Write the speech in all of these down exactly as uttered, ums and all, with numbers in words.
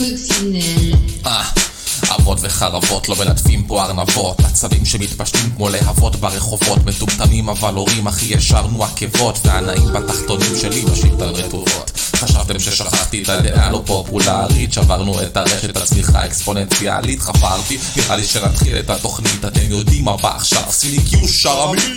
Coccinelle. אה, אבות וחרבות לא מלטפים פה ארנבות, עצבים שמתפשטים כמו להבות ברחובות, מטומטמים אבל הורים הכי ישרנו עקבות, והנאים בתחתונים שלי משאיר את הרטובות. חשבתם ששכחתי את הדעה לא פופולרית, שברנו את הרשת הצמיחה האקספוננציאלית, חפרתי, נראה לי שנתחיל את התוכנית, אתם יודעים מה בא עכשיו, עשיני קיו שרמי.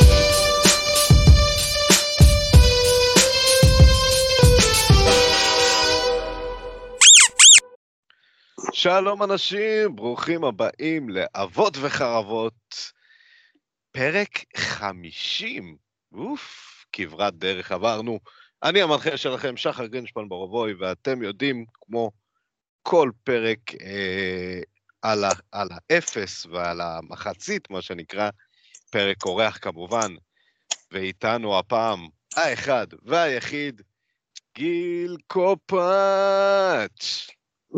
שלום אנשים, ברוכים הבאים לאבות וחרבות, פרק חמישים, אוף, כברת דרך עברנו. אני המנחה שלכם, שחר גרינשפן ברובוי, ואתם יודעים, כמו כל פרק אה, על, ה, על האפס ועל המחצית, מה שנקרא, פרק אורח כמובן, ואיתנו הפעם האחד והיחיד, גיל קופאץ'.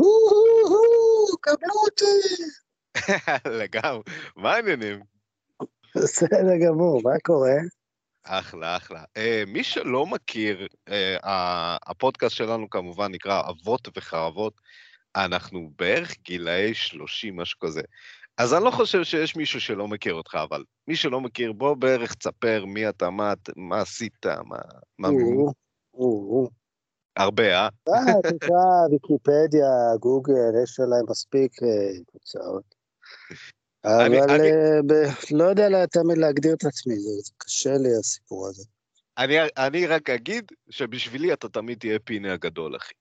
קבלו אותי. לגמרי, מה העניינים? בסדר גמור, מה קורה? אחלה, אחלה. Uh, מי שלא מכיר, uh, הפודקאסט שלנו כמובן נקרא אבות וחרבות, אנחנו בערך גילאי שלושים, משהו כזה. אז אני לא חושב שיש מישהו שלא מכיר אותך, אבל מי שלא מכיר, בוא בערך תספר מי אתה, מה, מה עשית, מה... מה או, או, הרבה, אה? אה, תקרא, ויקיפדיה, גוגל, יש עליהם מספיק תוצאות. אני- אבל אני- אה, ב- לא יודע לה- תמיד להגדיר את עצמי, זה זה קשה לי הסיפור הזה. אני, אני רק אגיד שבשבילי אתה תמיד תהיה פיני הגדול, אחי.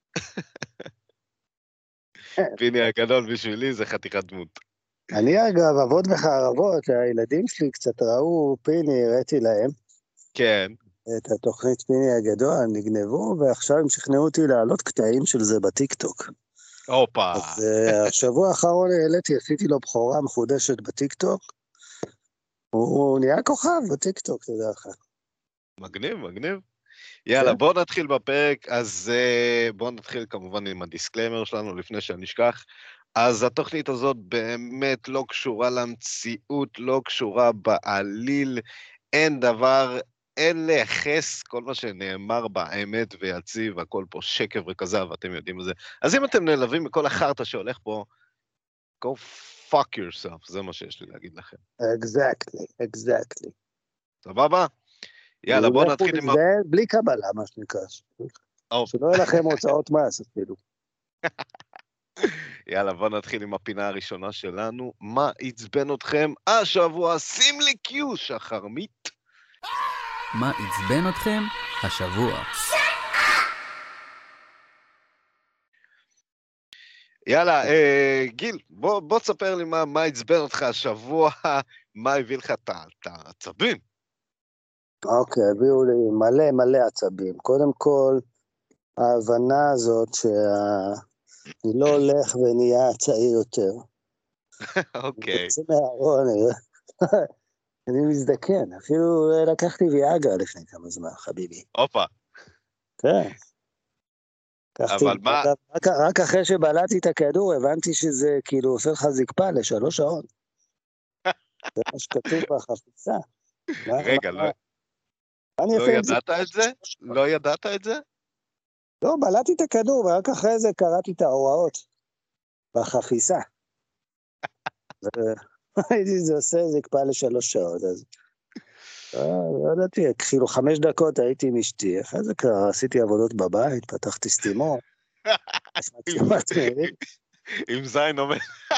פיני הגדול בשבילי זה חתיכת דמות. אני אגב, אבות וחרבות, הילדים שלי קצת ראו פיני, הראיתי להם כן. את התוכנית פיני הגדול, נגנבו, ועכשיו הם שכנעו אותי להעלות קטעים של זה בטיקטוק. הופה. אז uh, השבוע האחרון העליתי, עשיתי לו בחורה מחודשת בטיקטוק, הוא, הוא נהיה כוכב בטיקטוק, תדע לך. מגניב, מגניב. יאללה, בואו נתחיל בפרק, אז uh, בואו נתחיל כמובן עם הדיסקליימר שלנו לפני שנשכח. אז התוכנית הזאת באמת לא קשורה למציאות, לא קשורה בעליל, אין דבר, אין לייחס כל מה שנאמר באמת ויציב, הכל פה שקר וכזב, ואתם יודעים את זה. אז אם אתם נלווים מכל החרטה שהולך פה, go fuck yourself, זה מה שיש לי להגיד לכם. Exactly, exactly. סבבה? יאללה, בואו לכו נתחיל עם... ה- להזדהה בלי קבלה, מה שנקרא. או, שלא יהיה לכם הוצאות מס, אפילו. יאללה, בואו נתחיל עם הפינה הראשונה שלנו. מה עצבן אתכם השבוע? שים לי קיו, שחרמית. מה עצבן אתכם השבוע? יאללה, אה, גיל, בוא, בוא תספר לי מה, מה עצבן אותך השבוע, מה הביא לך את ה- את העצבים. אוקיי, הביאו לי מלא מלא עצבים. קודם כל, ההבנה הזאת שאני לא הולך ונהיה צעיר יותר. אוקיי. יוצא מהארון, אני- אני מזדקן. אפילו לקחתי ויאגרה לפני כמה זמן, חביבי. הופה. כן. לקחתי, אבל מה- רק, רק אחרי שבלעתי את הכדור, הבנתי שזה כאילו עושה לך זקפה לשלוש שעות. זה מה שכתוב בחפיסה. מה- רגע, מה- לא, מה אני לא אעשה עם זה? ידעת את זה? לא ידעת את זה? לא, בלעתי את הכדור, ורק אחרי זה קראתי את ההוראות בחפיסה. הייתי, זה עושה זקפה לשלוש שעות, אז... אה, לא ידעתי, כאילו חמש דקות הייתי עם אשתי, אחרי זה כבר עשיתי עבודות בבית, פתחתי סתימות, מצלמת מהירים. עם זין אומר.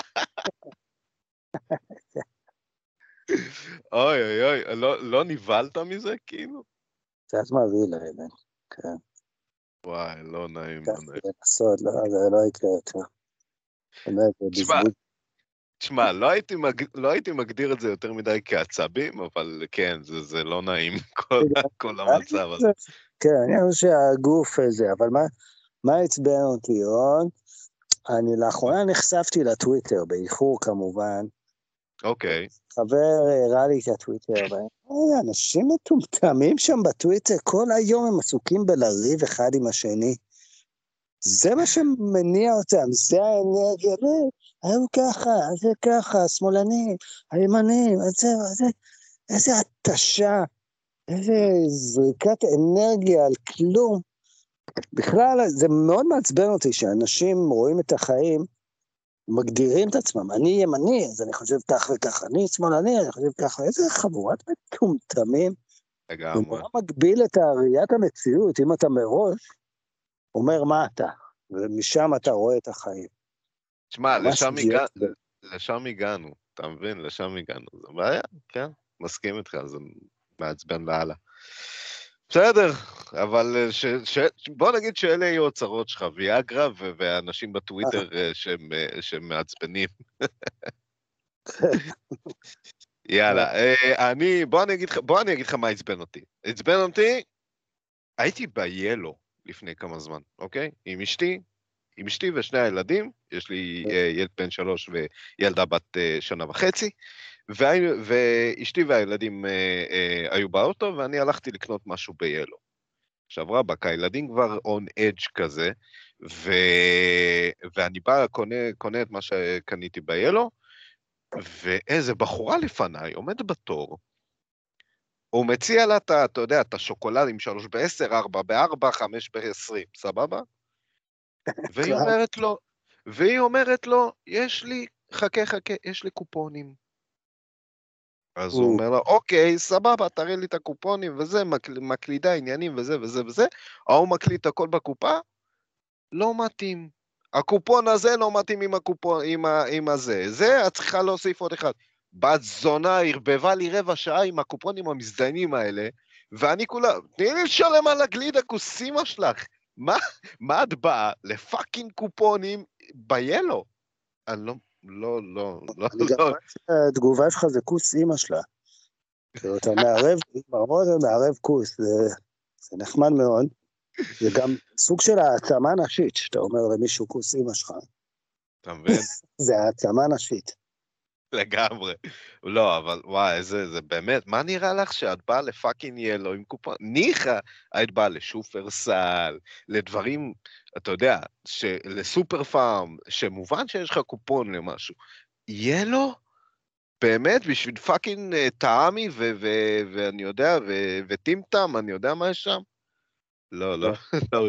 אוי אוי אוי, לא, לא נבלת מזה כאילו? קצת מביא להם, כן. וואי, לא נעים, לא נעים. לקחתי לנסות, לא, זה לא יקרה יותר. באמת, זה תשמע, בזבוז. תשמע, לא הייתי, מג... לא הייתי מגדיר את זה יותר מדי כעצבים, אבל כן, זה, זה לא נעים, כל, כל המצב הזה. כן, אני חושב שהגוף הזה, אבל מה, מה עצבן אותי, רון? אני לאחרונה נחשפתי לטוויטר, באיחור כמובן, אוקיי. חבר הראה לי את הטוויטר, ואני, אנשים מטומטמים שם בטוויטר, כל היום הם עסוקים בלריב אחד עם השני. זה מה שמניע אותם, זה האנרגיה, היו ככה, זה ככה, השמאלנים, הימנים, זה, זה, איזה התשה, איזה זריקת אנרגיה על כלום. בכלל, זה מאוד מעצבן אותי שאנשים רואים את החיים, מגדירים את עצמם, אני ימני, אז אני חושב כך וכך, אני שמאלני, אני חושב ככה, איזה חבורת מטומטמים, לגמרי. ונורא מגביל את הראיית המציאות, אם אתה מראש אומר מה אתה, ומשם אתה רואה את החיים. תשמע, ממש לשם אידיוט הגע- זה. לשם הגענו, אתה מבין? לשם הגענו. זה בעיה, כן, מסכים איתך, זה מעצבן לאללה. בסדר, אבל אה, ש, ש, בוא נגיד שאלה יהיו הצרות שלך, ויאגרה ו- ואנשים בטוויטר אה, שהם, אה, שהם מעצבנים. יאללה, אה, אני, בוא אני אגיד לך, בוא אני אגיד לך מה עצבן אותי. עצבן אותי, הייתי ביאלו לפני כמה זמן, אוקיי? עם אשתי, עם אשתי ושני הילדים, יש לי אה, ילד בן שלוש וילדה בת אה, שנה וחצי, והיינו- ואשתי והילדים אה, אה, היו באוטו, ואני הלכתי לקנות משהו ביאלו. עכשיו רבק, הילדים כבר on edge כזה, ו... ואני בא, קונה, קונה את מה שקניתי ביאלו, ואיזה בחורה לפניי עומד בתור, הוא מציע לה, אתה, אתה יודע, את השוקולד עם שלוש בעשר, ארבע בארבע, חמש בעשרים, סבבה? והיא אומרת לו, והיא אומרת לו, יש לי, חכה חכה, יש לי קופונים. אז הוא אומר לה, אוקיי, סבבה, תראה לי את הקופונים וזה, מקל, מקלידה עניינים וזה וזה וזה, ההוא מקליט הכל בקופה, לא מתאים. הקופון הזה לא מתאים עם הקופון, עם, ה, עם הזה. זה, את צריכה להוסיף עוד אחד. בת זונה הרבבה לי רבע שעה עם הקופונים המזדיינים האלה, ואני כולה, תני לי לשלם על הגלידה, כוסימה שלך. מה, מה את באה לפאקינג קופונים ביאלו? אני לא, לא, לא, לא, אני גם לא. חושב שהתגובה שלך זה כוס אימא שלה. כאילו, אתה מערב, מאוד מערב כוס, זה, זה נחמד מאוד. זה גם סוג של העצמה נשית, שאתה אומר למישהו כוס אימא שלך. אתה מבין? זה העצמה נשית. לגמרי. לא, אבל וואי, זה, זה באמת, מה נראה לך שאת באה לפאקינג יאלו עם קופון? ניחא, היית באה לשופרסל, לדברים, אתה יודע, ש- לסופר פארם, שמובן שיש לך קופון למשהו. יאלו? באמת, בשביל פאקינג אה, טעמי, ו- ו- ואני יודע, ו- וטימטם, אני יודע מה יש שם? לא, לא, לא,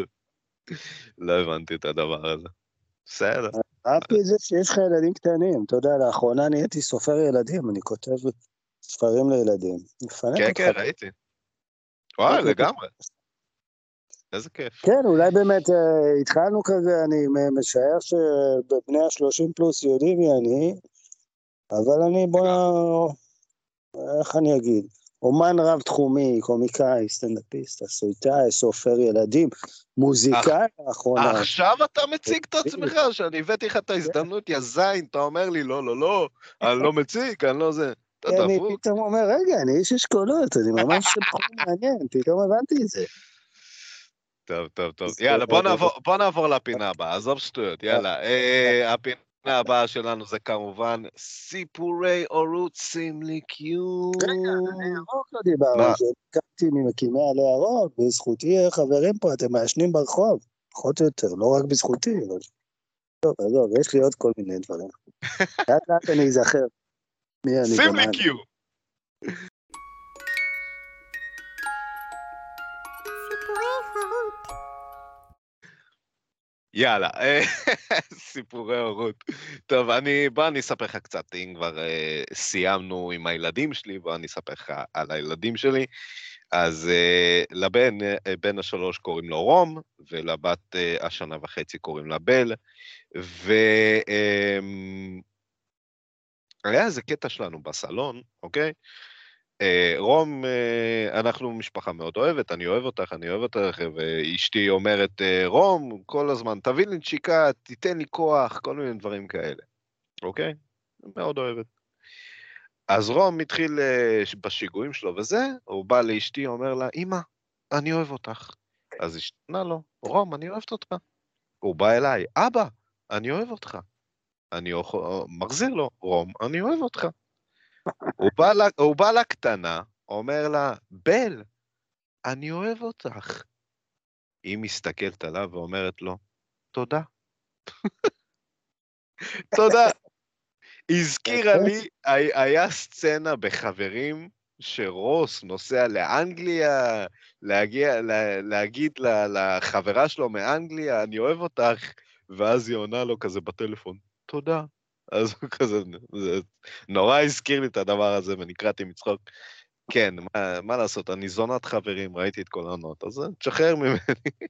לא הבנתי את הדבר הזה. בסדר. אהבתי את זה שיש לך ילדים קטנים, אתה יודע, לאחרונה נהייתי סופר ילדים, אני כותב ספרים לילדים. מפנק כן, אותך. כן, ראיתי. וואי, אוקיי. לגמרי. איזה כיף. כן, אולי באמת אה, התחלנו כזה, אני מ- משער שבבני השלושים פלוס יודעים מי אני, אבל אני בוא, איך אני אגיד, אומן רב תחומי, קומיקאי, סטנדאפיסט, עשוי סופר ילדים, מוזיקאי האחרונה. עכשיו אתה מציג את עצמך, שאני הבאתי לך את ההזדמנות, יא זין, אתה אומר לי, לא, לא, לא, אני לא מציג, אני לא זה. אתה אני דפוק. פתאום אומר, רגע, אני איש אשכולות, אני ממש בחור מעניין, פתאום הבנתי את זה. טוב, טוב, טוב. יאללה, בוא נעבור, בוא נעבור לפינה הבאה, עזוב שטויות, יאללה. אה, הפינה הבאה שלנו זה כמובן סיפורי הורות סימליקיו. רגע, עלי ירוק לא דיברנו, מה? שהקמתי ממקימי עלי ירוק, בזכותי חברים פה, אתם מעשנים ברחוב, פחות או יותר, לא רק בזכותי, אבל... טוב, עזוב, יש לי עוד כל מיני דברים. לאט לאט אני אזכר מי אני ומה אני. סימליקיו. יאללה, אה, סיפורי הורות. טוב, אני, בוא אני אספר לך קצת, אם כבר אה, סיימנו עם הילדים שלי, בוא אני אספר לך על הילדים שלי. אז אה, לבן, אה, בן השלוש קוראים לו רום, ולבת אה, השנה וחצי קוראים לה בל, והיה אה, איזה קטע שלנו בסלון, אוקיי? אה, רום, אה, אנחנו משפחה מאוד אוהבת, אני אוהב אותך, אני אוהב אותך, ואשתי אומרת, אה, רום, כל הזמן, תביא לי נשיקה, תיתן לי כוח, כל מיני דברים כאלה, אוקיי? מאוד אוהבת. אז רום התחיל אה, בשיגועים שלו וזה, הוא בא לאשתי, אומר לה, אמא, אני אוהב אותך. אז אשתי עונה לו, רום, אני אוהבת אותך. הוא בא אליי, אבא, אני אוהב אותך. אני אוכ- מחזיר לו, רום, אני אוהב אותך. הוא בא לה, הוא בא לקטנה, אומר לה, בל, אני אוהב אותך. היא מסתכלת עליו ואומרת לו, תודה. תודה. הזכירה לי, הי- היה סצנה בחברים, שרוס נוסע לאנגליה, להגיע, לה, להגיד לה, לחברה שלו מאנגליה, אני אוהב אותך, ואז היא עונה לו כזה בטלפון, תודה. אז הוא כזה, זה נורא הזכיר לי את הדבר הזה, ונקראתי מצחוק. כן, מה, מה לעשות, אני זונת חברים, ראיתי את כל העונות, אז תשחרר ממני.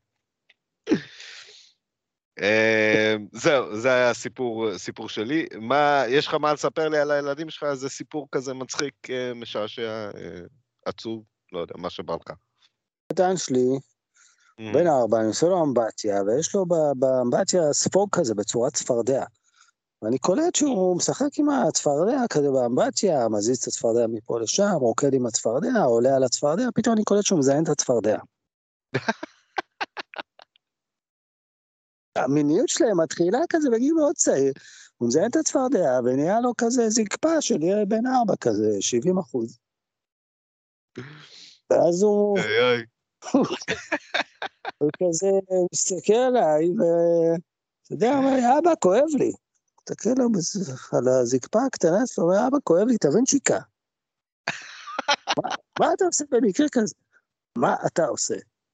זהו, זה היה סיפור, סיפור שלי. מה, יש לך מה לספר לי על הילדים שלך? איזה סיפור כזה מצחיק, משעשע, עצוב, לא יודע, מה שבא לך. הקטן שלי, בן ארבע, אני עושה לו אמבטיה, ויש לו באמבטיה ספוג כזה בצורת צפרדע. ואני קולט שהוא משחק עם הצפרדע כזה באמבטיה, מזיז את הצפרדע מפה לשם, רוקד עם הצפרדע, עולה על הצפרדע, פתאום אני קולט שהוא מזיין את הצפרדע. המיניות שלהם מתחילה כזה בגיל מאוד צעיר, הוא מזיין את הצפרדע, ונהיה לו כזה זקפה של ילד בן ארבע כזה, שבעים אחוז. ואז הוא... הוא כזה מסתכל עליי, ואתה יודע, הוא אומר, אבא, כואב לי. תסתכל לו על הזקפה הקטנה, הוא אומר, אבא, כואב לי, תבין שיקה. מה אתה עושה במקרה כזה? מה אתה עושה?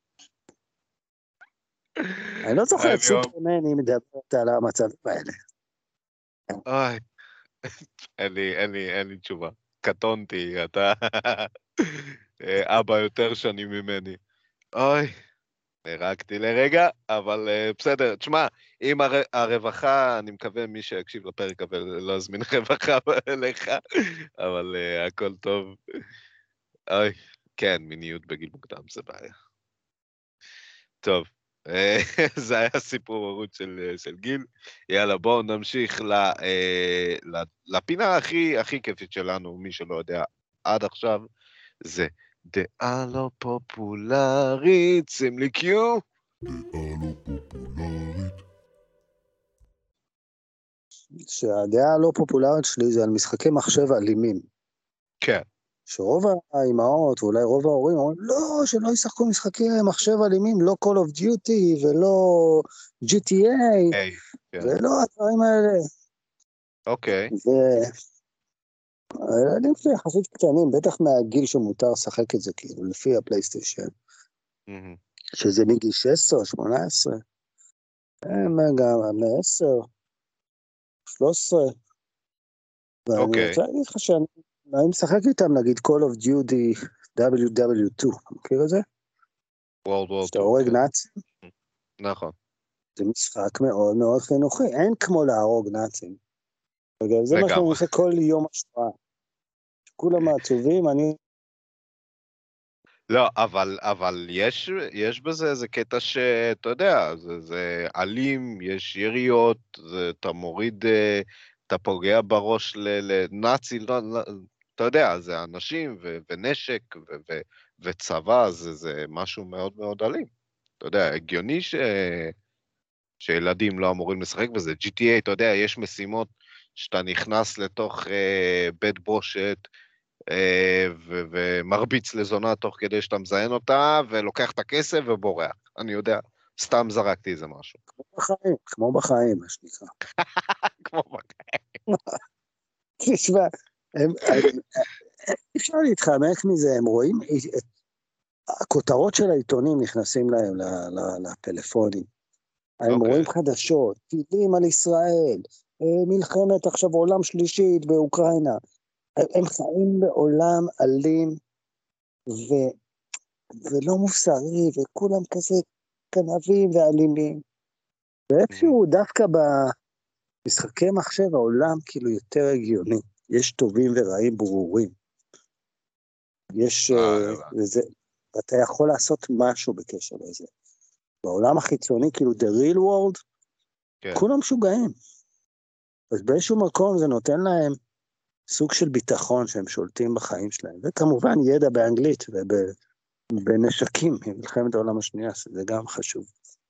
אני לא זוכר את סופרמני מדברת על המצבים האלה. אוי, אין לי תשובה. קטונתי, אתה אבא יותר שנים ממני. אוי, נרקתי לרגע, אבל בסדר. תשמע, אם הרווחה, אני מקווה מי שיקשיב לפרק, אבל לא אזמין רווחה אליך, אבל הכל טוב. אוי, כן, מיניות בגיל מוקדם, זה בעיה. טוב. זה היה סיפור הורות של, של גיל. יאללה, בואו נמשיך לפינה הכי, הכי כיפית שלנו, מי שלא יודע עד עכשיו, זה דעה לא פופולרית, שים לי קיו. דעה לא פופולרית. שהדעה הלא פופולרית שלי זה על משחקי מחשב אלימים. כן. שרוב האימהות, ואולי רוב ההורים, אומרים, לא, שלא ישחקו משחקי מחשב אלימים, לא Call of Duty, ולא ג'י טי איי, hey, yeah. ולא הדברים האלה. אוקיי. Okay. והילדים שלי יחסית קטנים, בטח מהגיל שמותר לשחק את זה, כאילו, לפי הפלייסטיישן. Mm-hmm. שזה מגיל שש עשרה, שמונה עשרה. הם גם מ-עשר, שלוש עשרה. ואני okay. רוצה להגיד לך שאני... אני משחק איתם, נגיד, Call of Duty דאבליו דאבליו טו, מכיר את זה? World War שאתה הורג נאצים? נכון. זה משחק מאוד מאוד חינוכי, אין כמו להרוג נאצים. זה מה שאני עושה כל יום השואה. כולם עצובים, אני... לא, אבל, אבל יש, יש בזה איזה קטע שאתה יודע, זה, זה אלים, יש יריות, זה, אתה מוריד, אתה פוגע בראש לנאצי, לא, אתה יודע, זה אנשים ו, ונשק ו, ו, וצבא, זה, זה משהו מאוד מאוד אלים. אתה יודע, הגיוני ש, שילדים לא אמורים לשחק בזה. ג'י טי איי, אתה יודע, יש משימות שאתה נכנס לתוך אה, בית בושת, אה, ו, ומרביץ לזונה תוך כדי שאתה מזיין אותה, ולוקח את הכסף ובורח. אני יודע, סתם זרקתי איזה משהו. כמו בחיים, כמו בחיים, מה שנקרא. כמו בחיים. תשמע, אפשר להתחמק מזה, הם רואים, הכותרות של העיתונים נכנסים להם לפלאפונים. הם רואים חדשות, טילים על ישראל, מלחמת עכשיו עולם שלישית באוקראינה. הם חיים בעולם אלים ו... ולא מוסרי, וכולם כזה כנבים ואלימים. ואיפשהו דווקא במשחקי מחשב העולם כאילו יותר הגיוני. יש טובים ורעים ברורים. יש... וזה... ואתה יכול לעשות משהו בקשר לזה. בעולם החיצוני, כאילו the real world, כן. כולם משוגעים. אז באיזשהו מקום זה נותן להם סוג של ביטחון שהם שולטים בחיים שלהם. וכמובן ידע באנגלית ובנשקים, מלחמת העולם השנייה, זה גם חשוב.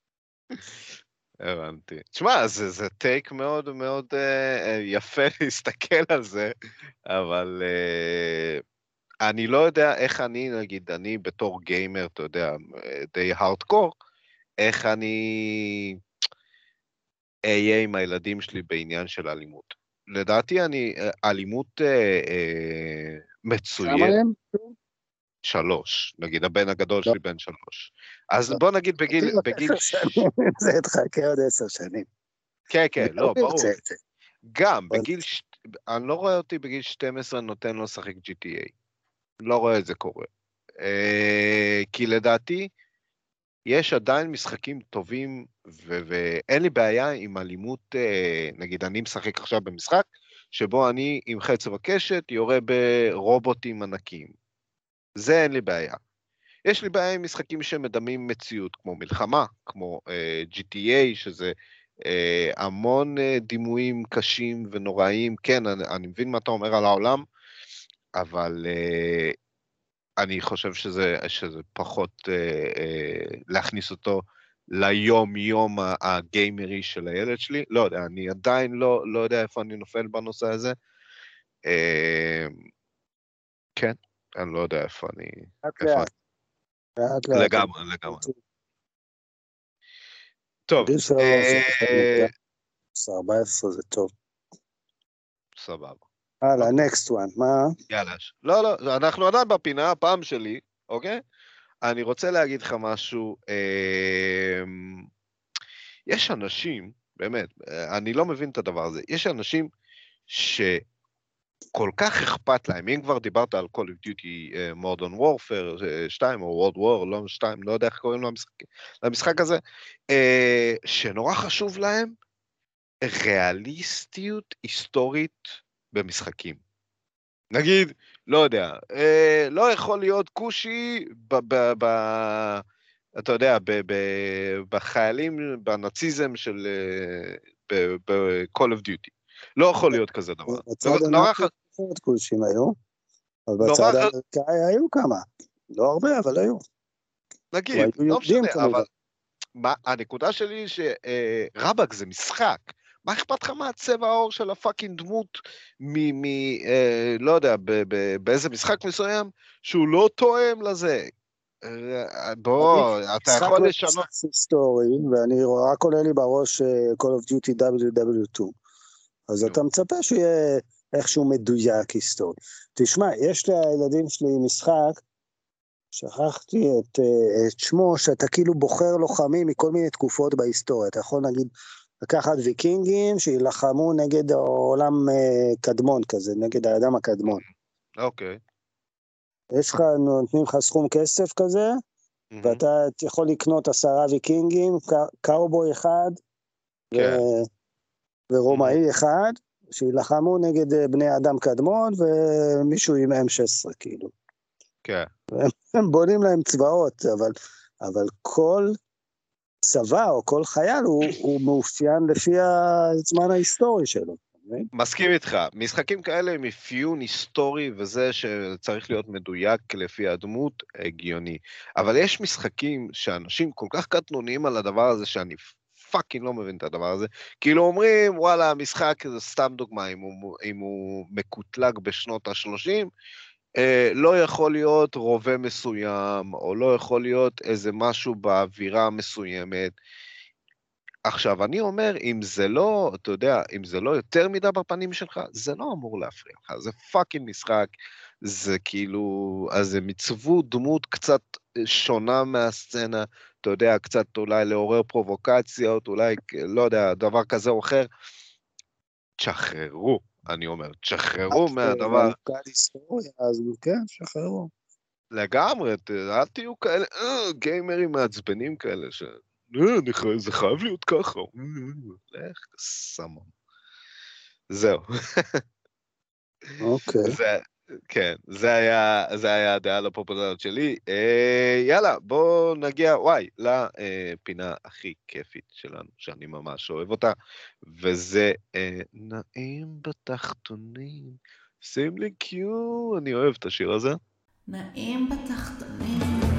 הבנתי. תשמע, זה, זה טייק מאוד מאוד uh, יפה להסתכל על זה, אבל uh, אני לא יודע איך אני, נגיד, אני בתור גיימר, אתה יודע, די הארדקור, איך אני אהיה עם הילדים שלי בעניין של אלימות. לדעתי אני, אלימות אה, אה, מצוין. כמה הם? שלוש, נגיד, הבן הגדול לא. שלי בן שלוש. אז לא. בוא נגיד בגיל, עוד בגיל, עשר שנים, זה תחכה עוד עשר שנים. כן, כן, לא, הוא ברור. ירצה את זה. גם, עוד- בגיל, ש- אני לא רואה אותי בגיל שתים עשרה נותן לו לשחק ג'י טי איי. לא רואה את זה קורה. אה, כי לדעתי, יש עדיין משחקים טובים, ו- ואין לי בעיה עם אלימות, אה, נגיד, אני משחק עכשיו במשחק, שבו אני עם חץ וקשת יורה ברובוטים ענקיים. זה אין לי בעיה. יש לי בעיה עם משחקים שמדמים מציאות, כמו מלחמה, כמו uh, ג'י טי איי, שזה uh, המון uh, דימויים קשים ונוראים. כן, אני, אני מבין מה אתה אומר על העולם, אבל uh, אני חושב שזה, שזה פחות uh, uh, להכניס אותו ליום-יום הגיימרי של הילד שלי. לא יודע, אני עדיין לא, לא יודע איפה אני נופל בנושא הזה. Uh, כן, אני לא יודע איפה אני... לאט איפה לאט. לאט אני... לאט. לגמרי, לגמרי. טוב, גיל שלוש, אה, ארבע עשרה זה טוב. סבבה. הלאה, אוקיי. next one, מה? יאללה. לא, לא, אנחנו עדיין בפינה, הפעם שלי, אוקיי? אני רוצה להגיד לך משהו. אה, יש אנשים, באמת, אה, אני לא מבין את הדבר הזה, יש אנשים שכל כך אכפת להם, אם כבר דיברת על Call of Duty אה, Modern Warfare שתיים, או World War, לא שתיים, לא יודע איך קוראים למשחק, למשחק הזה, אה, שנורא חשוב להם, ריאליסטיות היסטורית במשחקים. נגיד, לא יודע, אה, לא יכול להיות קושי ב... ב, ב אתה יודע, ב, ב, בחיילים, בנאציזם של... ב-Call of Duty. לא יכול להיות כזה דבר. בצד נורא הנאצי פחות קושים היו, אבל נורא בצד ח- האמריקאי היו כמה. לא הרבה, אבל היו. נגיד, והיו לא יהודים משנה, כמובן. אבל מה, הנקודה שלי היא שרבק זה משחק. מה אכפת לך מהצבע העור של הפאקינג דמות מ... מ אה, לא יודע, ב, ב, באיזה משחק מסוים שהוא לא תואם לזה? אה, בוא, אתה יכול לשנות... משחק היסטורי, ואני רק עולה לי בראש uh, Call of Duty דאבליו דאבליו טו. אז נו. אתה מצפה שהוא יהיה איכשהו מדויק היסטורי. תשמע, יש לילדים שלי משחק, שכחתי את, uh, את שמו, שאתה כאילו בוחר לוחמים מכל מיני תקופות בהיסטוריה. אתה יכול נגיד לקחת ויקינגים שילחמו נגד העולם uh, קדמון כזה, נגד האדם הקדמון. אוקיי. יש לך, נותנים לך סכום כסף כזה, ואתה יכול לקנות עשרה ויקינגים, קאובוי אחד, כן. ו... ורומאי אחד, שילחמו נגד בני אדם קדמון, ומישהו עם אם שש עשרה, כאילו. כן. הם בונים להם צבאות, אבל, אבל כל צבא או כל חייל הוא, הוא מאופיין לפי הזמן ההיסטורי שלו. מסכים איתך, משחקים כאלה עם אפיון היסטורי וזה שצריך להיות מדויק לפי הדמות הגיוני, אבל יש משחקים שאנשים כל כך קטנוניים על הדבר הזה שאני פאקינג לא מבין את הדבר הזה, כאילו אומרים וואלה המשחק זה סתם דוגמה, אם הוא, אם הוא מקוטלג בשנות ה-שלושים, אה, לא יכול להיות רובה מסוים, או לא יכול להיות איזה משהו באווירה מסוימת, עכשיו, אני אומר, אם זה לא, אתה יודע, אם זה לא יותר מידה בפנים שלך, זה לא אמור להפריע לך, זה פאקינג משחק, זה כאילו, אז הם מצוו דמות קצת שונה מהסצנה, אתה יודע, קצת אולי לעורר פרובוקציות, אולי, לא יודע, דבר כזה או אחר, תשחררו, אני אומר, תשחררו מהדבר. אז כן, תשחררו. לגמרי, אל תהיו כאלה, גיימרים מעצבנים כאלה, ש... זה חייב להיות ככה. איך סמום. זהו. אוקיי. כן, זה היה הדעה לפופולריות שלי. יאללה, בואו נגיע, וואי, לפינה הכי כיפית שלנו, שאני ממש אוהב אותה, וזה נעים בתחתונים. שים לי קיו, אני אוהב את השיר הזה. נעים בתחתונים.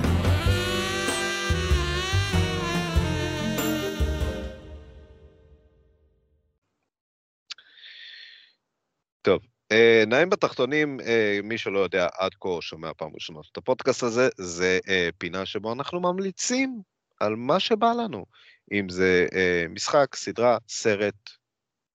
טוב, נעים בתחתונים, מי שלא יודע עד כה שומע פעם ראשונה את הפודקאסט הזה, זה פינה שבו אנחנו ממליצים על מה שבא לנו, אם זה משחק, סדרה, סרט,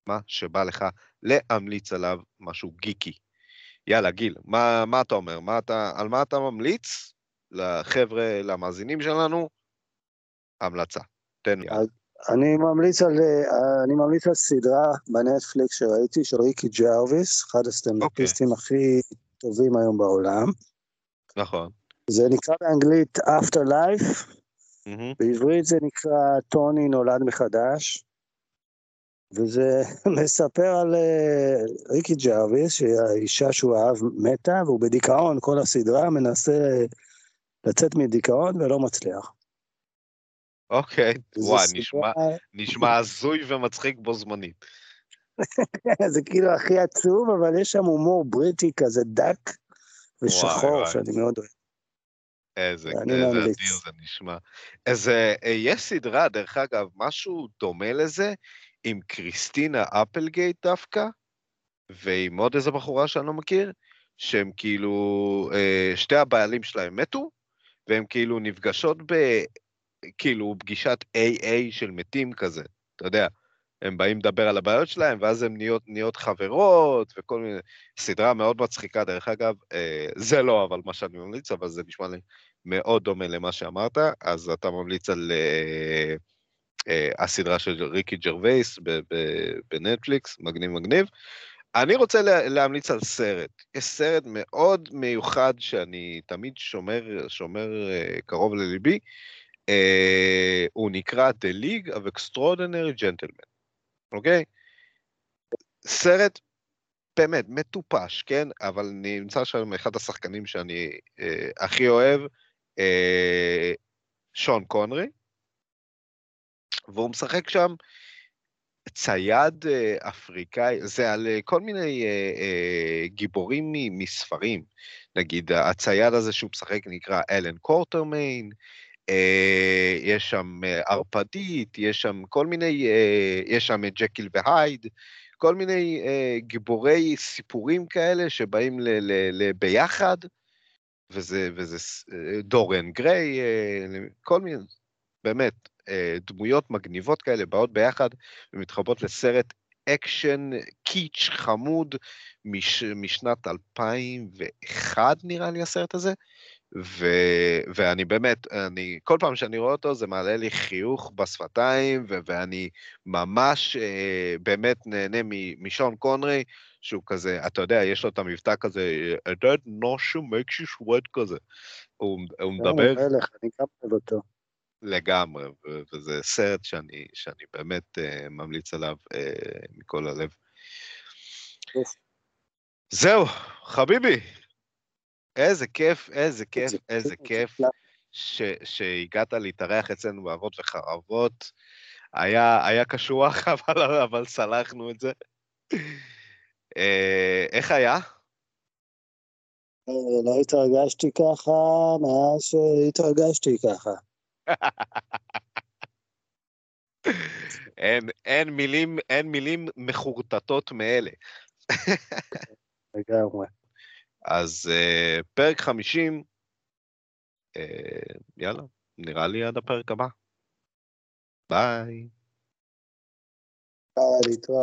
מה שבא לך להמליץ עליו משהו גיקי. יאללה, גיל, מה, מה אתה אומר? מה אתה, על מה אתה ממליץ לחבר'ה, למאזינים שלנו? המלצה. תן יאללה. אני ממליץ על, אני ממליץ על סדרה בנטפליקס שראיתי, של ריקי ג'רוויס, אחד הסטנדאפיסטים הכי טובים היום בעולם. נכון. זה נקרא באנגלית Afterlife, בעברית זה נקרא טוני נולד מחדש, וזה מספר על ריקי ג'רוויס, שהאישה שהוא אהב מתה, והוא בדיכאון, כל הסדרה מנסה לצאת מדיכאון ולא מצליח. אוקיי, וואי, סדרה... נשמע, נשמע הזוי ומצחיק בו זמנית. זה כאילו הכי עצוב, אבל יש שם הומור בריטי כזה דק ושחור, וואי, וואי. שאני מאוד אוהב. איזה, אני איזה ממליץ. אדיר זה נשמע. איזה, יש סדרה, דרך אגב, משהו דומה לזה, עם קריסטינה אפלגייט דווקא, ועם עוד איזה בחורה שאני לא מכיר, שהם כאילו, אה, שתי הבעלים שלהם מתו, והם כאילו נפגשות ב... כאילו פגישת איי איי של מתים כזה, אתה יודע, הם באים לדבר על הבעיות שלהם, ואז הם נהיות, נהיות חברות, וכל מיני, סדרה מאוד מצחיקה, דרך אגב, אה, זה לא אבל מה שאני ממליץ, אבל זה נשמע לי מאוד דומה למה שאמרת, אז אתה ממליץ על אה, אה, הסדרה של ריקי ג'רווייס בנטפליקס, מגניב מגניב. אני רוצה לה, להמליץ על סרט, יש סרט מאוד מיוחד, שאני תמיד שומר, שומר אה, קרוב לליבי, Uh, הוא נקרא The League of Extraordinary Gentlemen, אוקיי? סרט באמת מטופש, כן? אבל נמצא שם אחד השחקנים שאני uh, הכי אוהב, uh, שון קונרי, והוא משחק שם צייד uh, אפריקאי, זה על uh, כל מיני uh, uh, גיבורים מספרים, נגיד הצייד הזה שהוא משחק נקרא אלן קורטרמיין, יש שם ארפדית, יש שם כל מיני, יש שם ג'קיל והייד, כל מיני גיבורי סיפורים כאלה שבאים ל- ל- ל- ביחד, וזה, וזה דוריאן גריי, כל מיני, באמת, דמויות מגניבות כאלה באות ביחד ומתחברות לסרט אקשן קיץ' חמוד מש, משנת אלפיים ואחת נראה לי הסרט הזה, ו... ואני באמת, אני, כל פעם שאני רואה אותו, זה מעלה לי חיוך בשפתיים, ו... ואני ממש אה, באמת נהנה מ... משון קונרי, שהוא כזה, אתה יודע, יש לו את המבטא כזה, a dead notion makes you sweat כזה. הוא, הוא מדבר... הוא מלך, אני גם אוהב אותו. לגמרי, ו... וזה סרט שאני, שאני באמת אה, ממליץ עליו אה, מכל הלב. אוף. זהו, חביבי. איזה כיף, איזה כיף, זה- איזה זה- כיף זה- ש, שהגעת להתארח אצלנו באבות וחרבות. היה, היה קשוח, אבל, אבל סלחנו את זה. אה, איך היה? אה, לא התרגשתי ככה, מאז שהתרגשתי ככה. אין, אין מילים, אין מילים מחורטטות מאלה. לגמרי. אז uh, פרק חמישים, uh, יאללה, נראה לי עד הפרק הבא. ביי. ביי, להתראות.